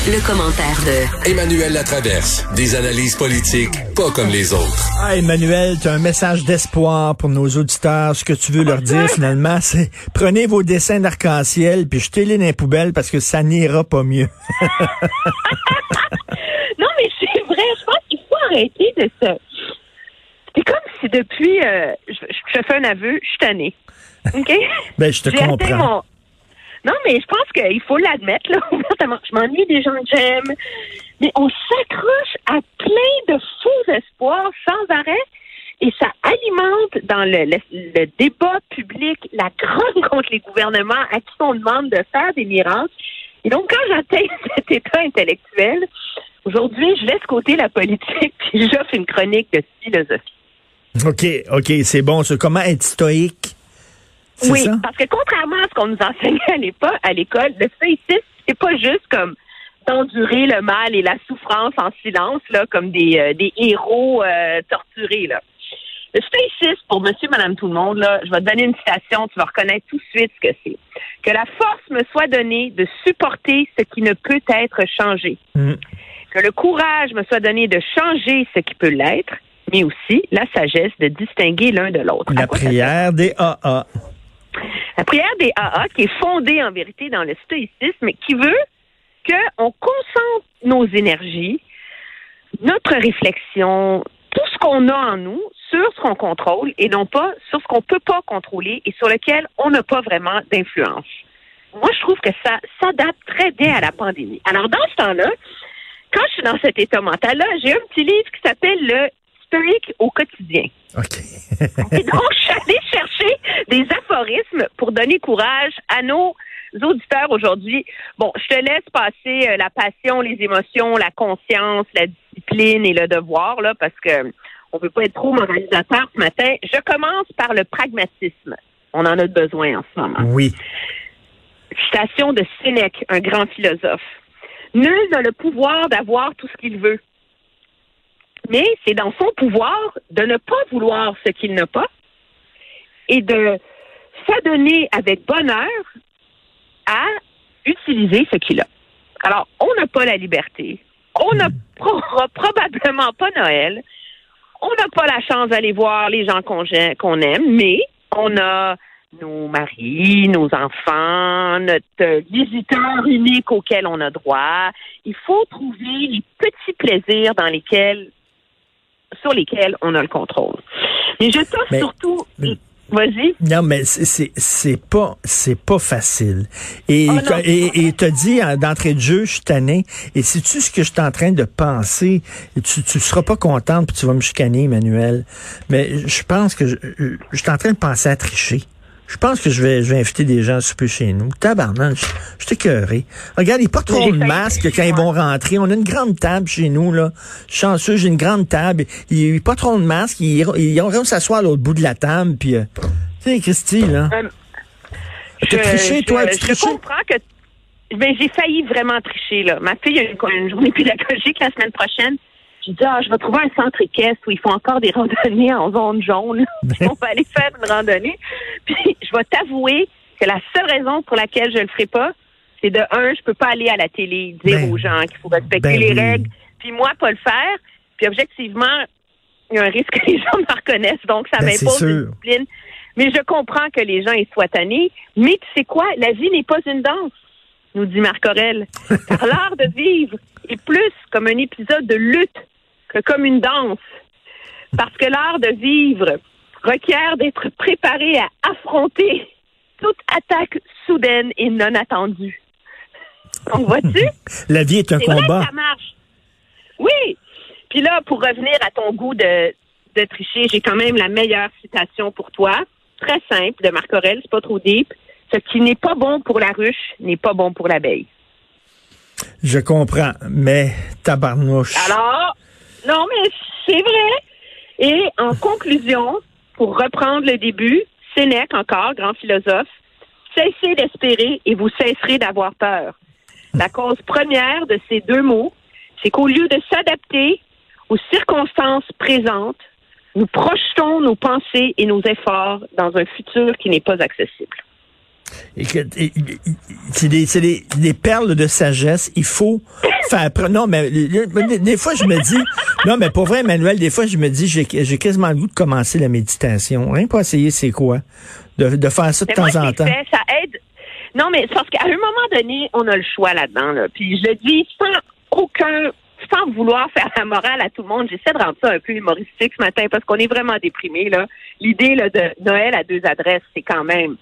Le commentaire de Emmanuel Latraverse. Des analyses politiques pas comme les autres. Ah, Emmanuel, tu as un message d'espoir pour nos auditeurs. Ce que tu veux leur dire, finalement, c'est prenez vos dessins d'arc-en-ciel puis jetez-les dans les poubelles parce que ça n'ira pas mieux. Non, mais c'est vrai. Je pense qu'il faut arrêter de ça. C'est comme si depuis... je fais un aveu, je suis tannée. OK? Ben, je te comprends. Non, mais je pense qu'il faut l'admettre, là. Je m'ennuie des gens que j'aime. Mais on s'accroche à plein de faux espoirs sans arrêt. Et ça alimente dans le débat public la grogne contre les gouvernements à qui on demande de faire des miracles. Et donc, quand j'atteins cet état intellectuel, aujourd'hui, je laisse côté la politique puis j'offre une chronique de philosophie. OK, c'est bon. Comment être stoïque? C'est oui, ça? parce que contrairement à ce qu'on nous enseignait à l'école, le stoïcisme, c'est pas juste comme d'endurer le mal et la souffrance en silence, là, comme des héros torturés, là. Le stoïcisme, pour monsieur, madame, tout le monde, là, je vais te donner une citation, tu vas reconnaître tout de suite ce que c'est. Que la force me soit donnée de supporter ce qui ne peut être changé. Que le courage me soit donné de changer ce qui peut l'être, mais aussi la sagesse de distinguer l'un de l'autre. La prière des AA. La prière des AA, qui est fondée en vérité dans le stoïcisme, qui veut qu'on concentre nos énergies, notre réflexion, tout ce qu'on a en nous sur ce qu'on contrôle et non pas sur ce qu'on peut pas contrôler et sur lequel on n'a pas vraiment d'influence. Moi, je trouve que ça s'adapte très bien à la pandémie. Alors, dans ce temps-là, quand je suis dans cet état mental-là, j'ai un petit livre qui s'appelle le Stoïque au quotidien. OK. Et donc, je suis allée chercher des aphorismes pour donner courage à nos auditeurs aujourd'hui. Bon, je te laisse passer la passion, les émotions, la conscience, la discipline et le devoir, là, parce que on veut pas être trop moralisateur ce matin. Je commence par le pragmatisme. On en a besoin en ce moment. Oui. Citation de Sénèque, un grand philosophe. Nul n'a le pouvoir d'avoir tout ce qu'il veut. Mais c'est dans son pouvoir de ne pas vouloir ce qu'il n'a pas et de s'adonner avec bonheur à utiliser ce qu'il a. Alors, on n'a pas la liberté. On n'a probablement pas Noël. On n'a pas la chance d'aller voir les gens qu'on aime, mais on a nos maris, nos enfants, notre visiteur unique auquel on a droit. Il faut trouver les petits plaisirs sur lesquels on a le contrôle. Mais je t'offre surtout... Vas-y. Non, mais c'est pas facile. Et t'as dit d'entrée de jeu, je suis tanné. Et sais-tu ce que je suis en train de penser? Tu seras pas contente puis tu vas me chicaner, Emmanuel. Mais je pense que je suis en train de penser à tricher. Je pense que je vais inviter des gens à souper chez nous. Tabarnak, je suis écœuré. Regarde, il n'y a pas trop de masques quand ils vont rentrer. On a une grande table chez nous, là. Chanceux, j'ai une grande table. Il n'y a pas trop de masques. Ils vont s'asseoir à l'autre bout de la table. Puis, tu sais, Christy, là. Tu as triché, toi? Tu triché? Je comprends que... Ben, j'ai failli vraiment tricher, là. Ma fille a une journée pédagogique la semaine prochaine. Je dis, je vais trouver un centre équestre où ils font encore des randonnées en zone jaune. On va aller faire une randonnée. Puis, je vais t'avouer que la seule raison pour laquelle je le ferai pas, c'est je peux pas aller à la télé dire aux gens qu'il faut respecter les règles. Puis moi, pas le faire. Puis objectivement, il y a un risque que les gens me reconnaissent. Donc, ça m'impose une discipline. Mais je comprends que les gens y soient tannés. Mais tu sais quoi? La vie n'est pas une danse, nous dit Marc Aurèle. Car l'art de vivre est plus comme un épisode de lutte que comme une danse. Parce que l'art de vivre requiert d'être préparé à affronter toute attaque soudaine et non attendue. Donc, vois-tu? La vie est un combat. Vrai, ça marche. Oui. Puis là, pour revenir à ton goût de tricher, j'ai quand même la meilleure citation pour toi. Très simple, de Marc Aurèle, c'est pas trop deep. Ce qui n'est pas bon pour la ruche n'est pas bon pour l'abeille. Je comprends, mais tabarnouche. Alors, non, mais c'est vrai. Et en conclusion, pour reprendre le début, Sénèque encore, grand philosophe, cessez d'espérer et vous cesserez d'avoir peur. La cause première de ces deux mots, c'est qu'au lieu de s'adapter aux circonstances présentes, nous projetons nos pensées et nos efforts dans un futur qui n'est pas accessible. C'est des perles de sagesse. Il faut faire... Non, mais des fois, je me dis... Non, mais pour vrai, Emmanuel, des fois, je me dis, j'ai quasiment le goût de commencer la méditation. Rien pour essayer, c'est quoi? De faire ça de temps en temps. Ça aide. Non, mais c'est parce qu'à un moment donné, on a le choix là-dedans. Là. Puis je le dis sans vouloir faire la morale à tout le monde. J'essaie de rendre ça un peu humoristique ce matin parce qu'on est vraiment déprimés. Là. L'idée là, de Noël à 2 adresses, c'est quand même...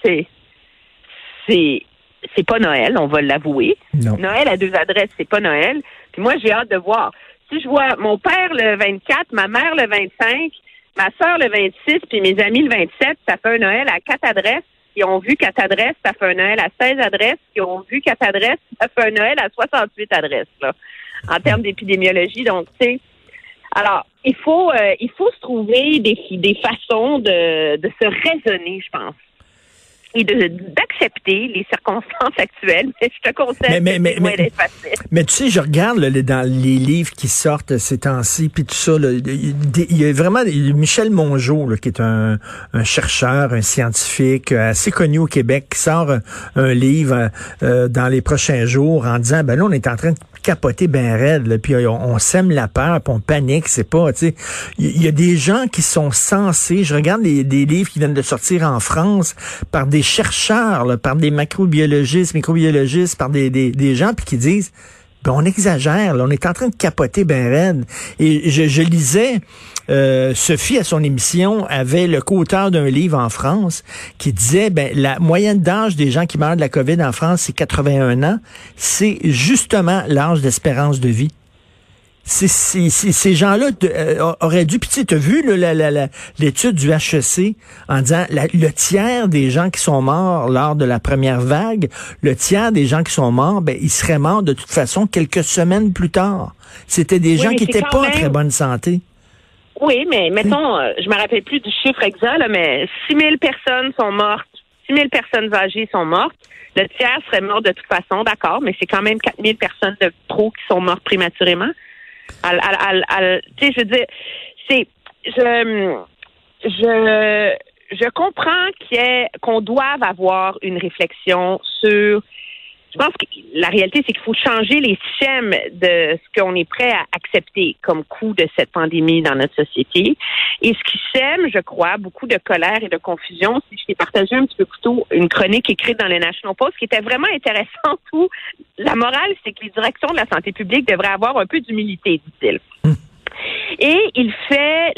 C'est pas Noël, on va l'avouer. Non. Noël à 2 adresses, c'est pas Noël. Puis moi, j'ai hâte de voir. Si je vois mon père le 24, ma mère le 25, ma soeur le 26, puis mes amis le 27, ça fait un Noël à 4 adresses. Qui ont vu 4 adresses, ça fait un Noël à 16 adresses. Qui ont vu 4 adresses, ça fait un Noël à 68 adresses, là, en termes d'épidémiologie. Donc, tu sais, alors, il faut se trouver des façons de se raisonner, je pense. Et d'accepter les circonstances actuelles. Mais je te conseille d'être facile. Mais tu sais, je regarde là, dans les livres qui sortent ces temps-ci, puis tout ça, il y a vraiment Michel Mongeau, là, qui est un chercheur, un scientifique assez connu au Québec, qui sort un livre dans les prochains jours en disant, ben là, on est en train de capoter ben raide, là, puis on sème la peur, puis on panique, c'est pas, tu sais, il y a des gens qui sont censés, je regarde des livres qui viennent de sortir en France par des chercheurs, là, par des microbiologistes, par des gens, puis qui disent, ben on exagère, là, on est en train de capoter ben raide. Et je lisais, Sophie, à son émission, avait le co-auteur d'un livre en France qui disait, ben la moyenne d'âge des gens qui meurent de la COVID en France, c'est 81 ans. C'est justement l'âge d'espérance de vie. Ces gens-là auraient dû... Puis tu as vu l'étude du HEC en disant le tiers des gens qui sont morts lors de la première vague, le tiers des gens qui sont morts, ben ils seraient morts de toute façon quelques semaines plus tard. C'était des gens qui n'étaient pas en très bonne santé. Oui, mais mettons, je me rappelle plus du chiffre exact, là, mais 6 000 personnes sont mortes, 6 000 personnes âgées sont mortes. Le tiers serait mort de toute façon, d'accord, mais c'est quand même 4 000 personnes de trop qui sont mortes prématurément. Tu sais, je veux dire, je comprends qu'on doive avoir une réflexion sur. Je pense que la réalité, c'est qu'il faut changer les schèmes de ce qu'on est prêt à accepter comme coût de cette pandémie dans notre société. Et ce qui sème, je crois, beaucoup de colère et de confusion, si je t'ai partagé un petit peu plus tôt une chronique écrite dans le National Post qui était vraiment intéressante où la morale, c'est que les directions de la santé publique devraient avoir un peu d'humilité, dit-il. Et il fait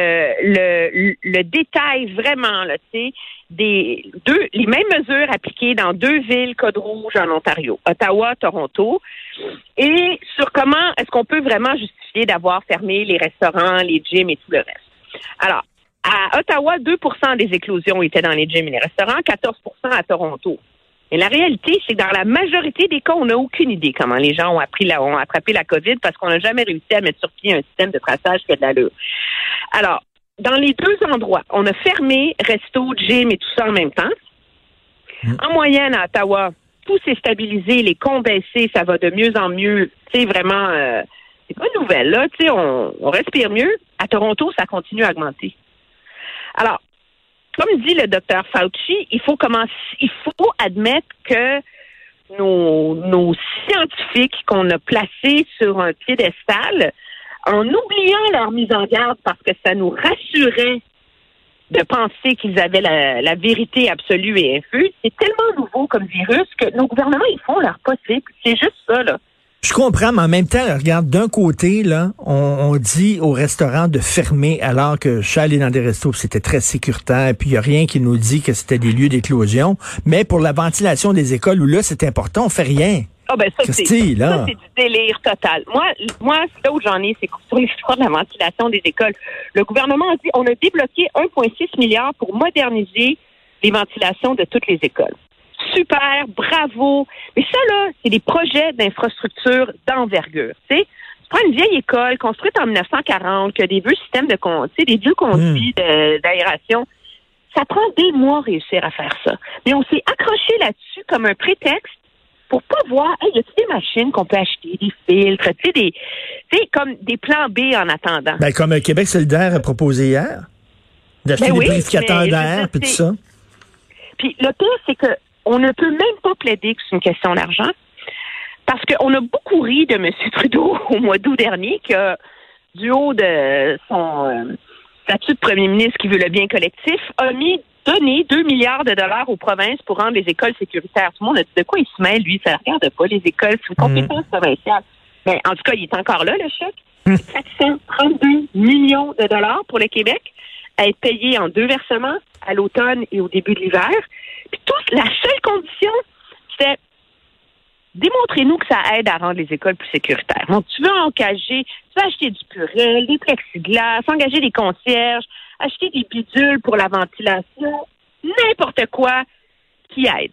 le détail vraiment, là, tu sais, les mêmes mesures appliquées dans 2 villes code rouge en Ontario, Ottawa, Toronto, et sur comment est-ce qu'on peut vraiment justifier d'avoir fermé les restaurants, les gyms et tout le reste. Alors, à Ottawa, 2% des éclosions étaient dans les gyms et les restaurants, 14% à Toronto. Et la réalité, c'est que dans la majorité des cas, on n'a aucune idée comment les gens ont attrapé la COVID parce qu'on n'a jamais réussi à mettre sur pied un système de traçage qui a de l'allure. Alors, dans les 2 endroits, on a fermé resto, gym et tout ça en même temps. En moyenne, à Ottawa, tout s'est stabilisé, les comptes baissés, ça va de mieux en mieux. Tu sais, vraiment, c'est pas une nouvelle, là. Tu sais, on respire mieux. À Toronto, ça continue à augmenter. Alors, comme dit le docteur Fauci, il faut admettre que nos scientifiques qu'on a placés sur un piédestal, en oubliant leur mise en garde parce que ça nous rassurait de penser qu'ils avaient la vérité absolue et infuse, c'est tellement nouveau comme virus que nos gouvernements, ils font leur possible. C'est juste ça, là. Je comprends, mais en même temps, regarde, d'un côté, là, on dit aux restaurants de fermer alors que je suis allé dans des restos, c'était très sécuritaire, puis il n'y a rien qui nous dit que c'était des lieux d'éclosion. Mais pour la ventilation des écoles, où là, c'est important, on fait rien. Ah ben ça, c'est du délire total. Moi, là où j'en ai, c'est sur l'histoire de la ventilation des écoles. Le gouvernement a dit on a débloqué 1,6 milliard pour moderniser les ventilations de toutes les écoles. Super, bravo. Mais ça, là, c'est des projets d'infrastructure d'envergure. Tu sais, tu prends une vieille école construite en 1940, qui a des vieux systèmes des vieux conduits d'aération. Ça prend des mois réussir à faire ça. Mais on s'est accroché là-dessus comme un prétexte pour pas voir, y a-t-il des machines qu'on peut acheter, des filtres, tu sais, comme des plans B en attendant. Ben, comme Québec solidaire a proposé hier, d'acheter des purificateurs d'air, puis tout ça. Puis le pire, c'est que on ne peut même pas plaider que c'est une question d'argent, parce qu'on a beaucoup ri de M. Trudeau au mois d'août dernier, qui a, du haut de son statut de premier ministre qui veut le bien collectif, a donné 2 milliards de dollars aux provinces pour rendre les écoles sécuritaires. Tout le monde a dit de quoi il se mêle, lui, ça ne regarde pas les écoles, c'est une compétence provinciale. Mais en tout cas, il est encore là, le chèque. 432 millions de dollars pour le Québec, à être payé en 2 versements, à l'automne et au début de l'hiver. Puis la seule condition, c'était démontrez-nous que ça aide à rendre les écoles plus sécuritaires. Donc, tu veux engager, tu veux acheter du purel, des plexiglas, engager des concierges, acheter des bidules pour la ventilation, n'importe quoi qui aide.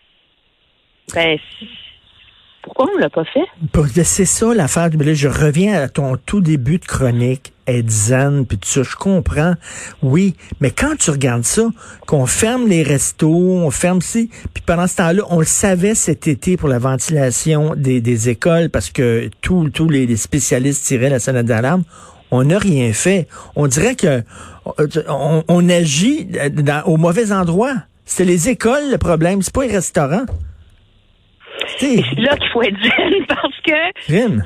Ben, pourquoi on l'a pas fait? C'est ça l'affaire. Là, je reviens à ton tout début de chronique, être zen, puis tout ça. Je comprends, oui, mais quand tu regardes ça, qu'on ferme les restos, on ferme ci, puis pendant ce temps-là, on le savait cet été pour la ventilation des écoles, parce que tous les spécialistes tiraient la sonnette d'alarme. On n'a rien fait. On dirait que on agit au mauvais endroit. C'est les écoles le problème, c'est pas les restaurants. C'est là qu'il faut être zen, parce que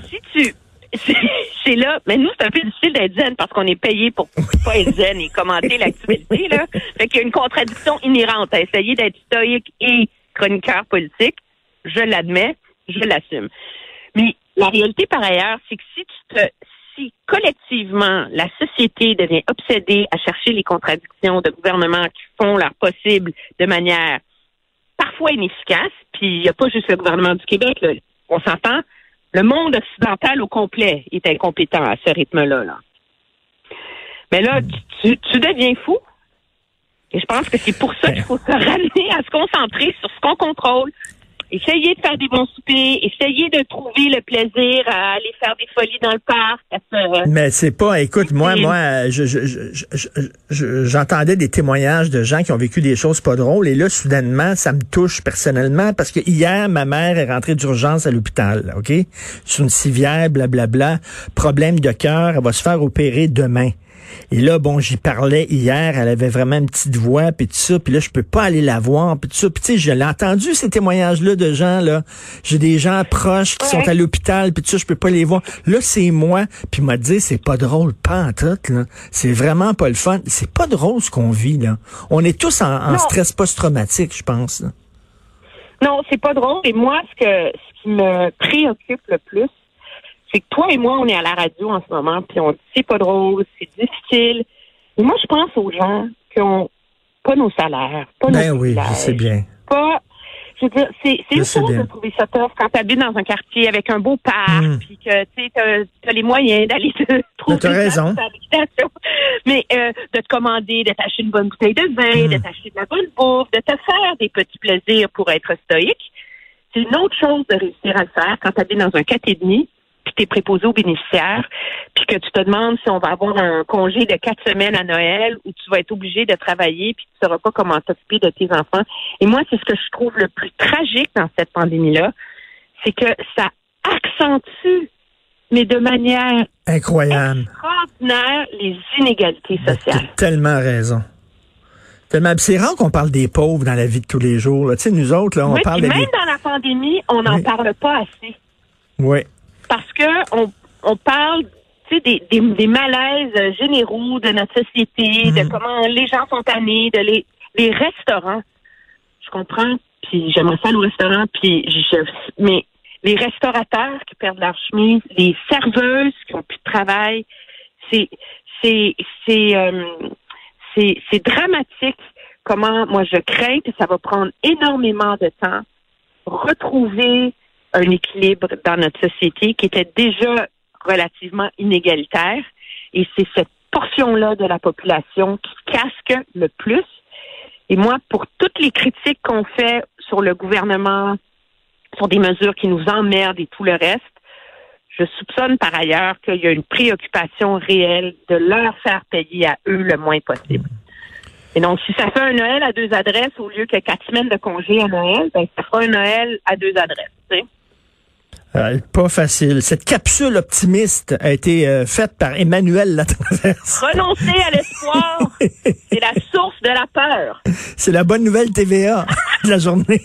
c'est là, mais nous, c'est un peu difficile d'être zen parce qu'on est payé pour pas être zen et commenter l'actualité, là. Fait qu'il y a une contradiction inhérente à essayer d'être stoïque et chroniqueur politique. Je l'admets, je l'assume. Mais la réalité, par ailleurs, c'est que si collectivement, la société devient obsédée à chercher les contradictions de gouvernements qui font leur possible de manière parfois inefficace, puis il n'y a pas juste le gouvernement du Québec, là. On s'entend, le monde occidental au complet est incompétent à ce rythme-là. Là. Mais là, tu deviens fou. Et je pense que c'est pour ça qu'il faut se ramener à se concentrer sur ce qu'on contrôle. Essayer de faire des bons soupers, essayer de trouver le plaisir à aller faire des folies dans le parc. Mais c'est pas, écoute, moi, j'entendais des témoignages de gens qui ont vécu des choses pas drôles, et là, soudainement, ça me touche personnellement, parce que hier, ma mère est rentrée d'urgence à l'hôpital, OK? Sur une civière, blablabla, problème de cœur, elle va se faire opérer demain. Et là, bon, j'y parlais hier, elle avait vraiment une petite voix, puis tout ça, puis là, je peux pas aller la voir, puis tout ça. Puis tu sais, je l'ai entendu, ces témoignages-là de gens, là. J'ai des gens proches qui sont à l'hôpital, puis tout ça, je peux pas les voir. Là, c'est moi, puis m'a dit, c'est pas drôle, pas en tout, là. C'est vraiment pas le fun. C'est pas drôle ce qu'on vit, là. On est tous en stress post-traumatique, je pense, là. Non, c'est pas drôle. Et moi, ce qui me préoccupe le plus, c'est que toi et moi, on est à la radio en ce moment, puis on dit c'est pas drôle, c'est difficile. Et moi, je pense aux gens qui ont pas nos salaires, pas nos oui, je sais bien. Je veux dire, c'est une chose de trouver ça tough quand tu habites dans un quartier avec un beau parc, puis que tu as les moyens d'aller te trouver t'as raison. Mais de te commander, de t'acheter une bonne bouteille de vin, de t'acheter de la bonne bouffe, de te faire des petits plaisirs pour être stoïque. C'est une autre chose de réussir à le faire quand tu habites dans un 4,5, puis tu es préposé aux bénéficiaires, puis que tu te demandes si on va avoir un congé de 4 semaines à Noël où tu vas être obligé de travailler puis tu ne sauras pas comment t'occuper de tes enfants. Et moi, c'est ce que je trouve le plus tragique dans cette pandémie-là, c'est que ça accentue, mais de manière incroyable, extraordinaire, les inégalités sociales. Tu as tellement raison. C'est rare qu'on parle des pauvres dans la vie de tous les jours. Tu sais, nous autres, là, on parle même dans la pandémie, on n'en parle pas assez. Oui. Parce que on parle, tu sais, des malaises généraux de notre société, de comment les gens sont tannés, les restaurants. Je comprends, puis j'aimerais ça au restaurant, mais les restaurateurs qui perdent leur chemise, les serveuses qui ont plus de travail, c'est dramatique. Comment, moi, je crains que ça va prendre énormément de temps retrouver un équilibre dans notre société qui était déjà relativement inégalitaire. Et c'est cette portion-là de la population qui casque le plus. Et moi, pour toutes les critiques qu'on fait sur le gouvernement, sur des mesures qui nous emmerdent et tout le reste, je soupçonne par ailleurs qu'il y a une préoccupation réelle de leur faire payer à eux le moins possible. Et donc, si ça fait un Noël à 2 adresses au lieu que 4 semaines de congé à Noël, ben ça fera un Noël à 2 adresses, tu sais. Pas facile. Cette capsule optimiste a été faite par Emmanuel Latraverse. Renoncer à l'espoir, c'est la source de la peur. C'est la bonne nouvelle TVA de la journée.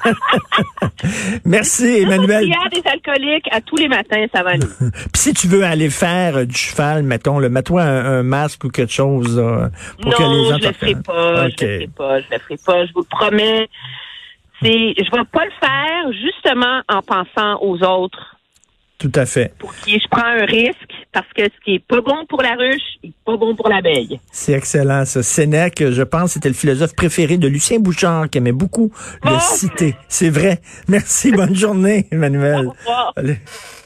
Merci, Emmanuel. Il y a des alcooliques à tous les matins, ça va aller. Puis si tu veux aller faire du cheval, mettons, mets-toi un masque ou quelque chose pour que les gens je le ferai pas. Okay. Je le ferai pas. Je vous le promets. Je vais pas le faire justement en pensant aux autres. Tout à fait. Pour qui je prends un risque parce que ce qui est pas bon pour la ruche, est pas bon pour l'abeille. C'est excellent, ça. Sénèque, je pense, c'était le philosophe préféré de Lucien Bouchard, qui aimait beaucoup le citer. C'est vrai. Merci. Bonne journée, Emmanuel. Au revoir. Allez.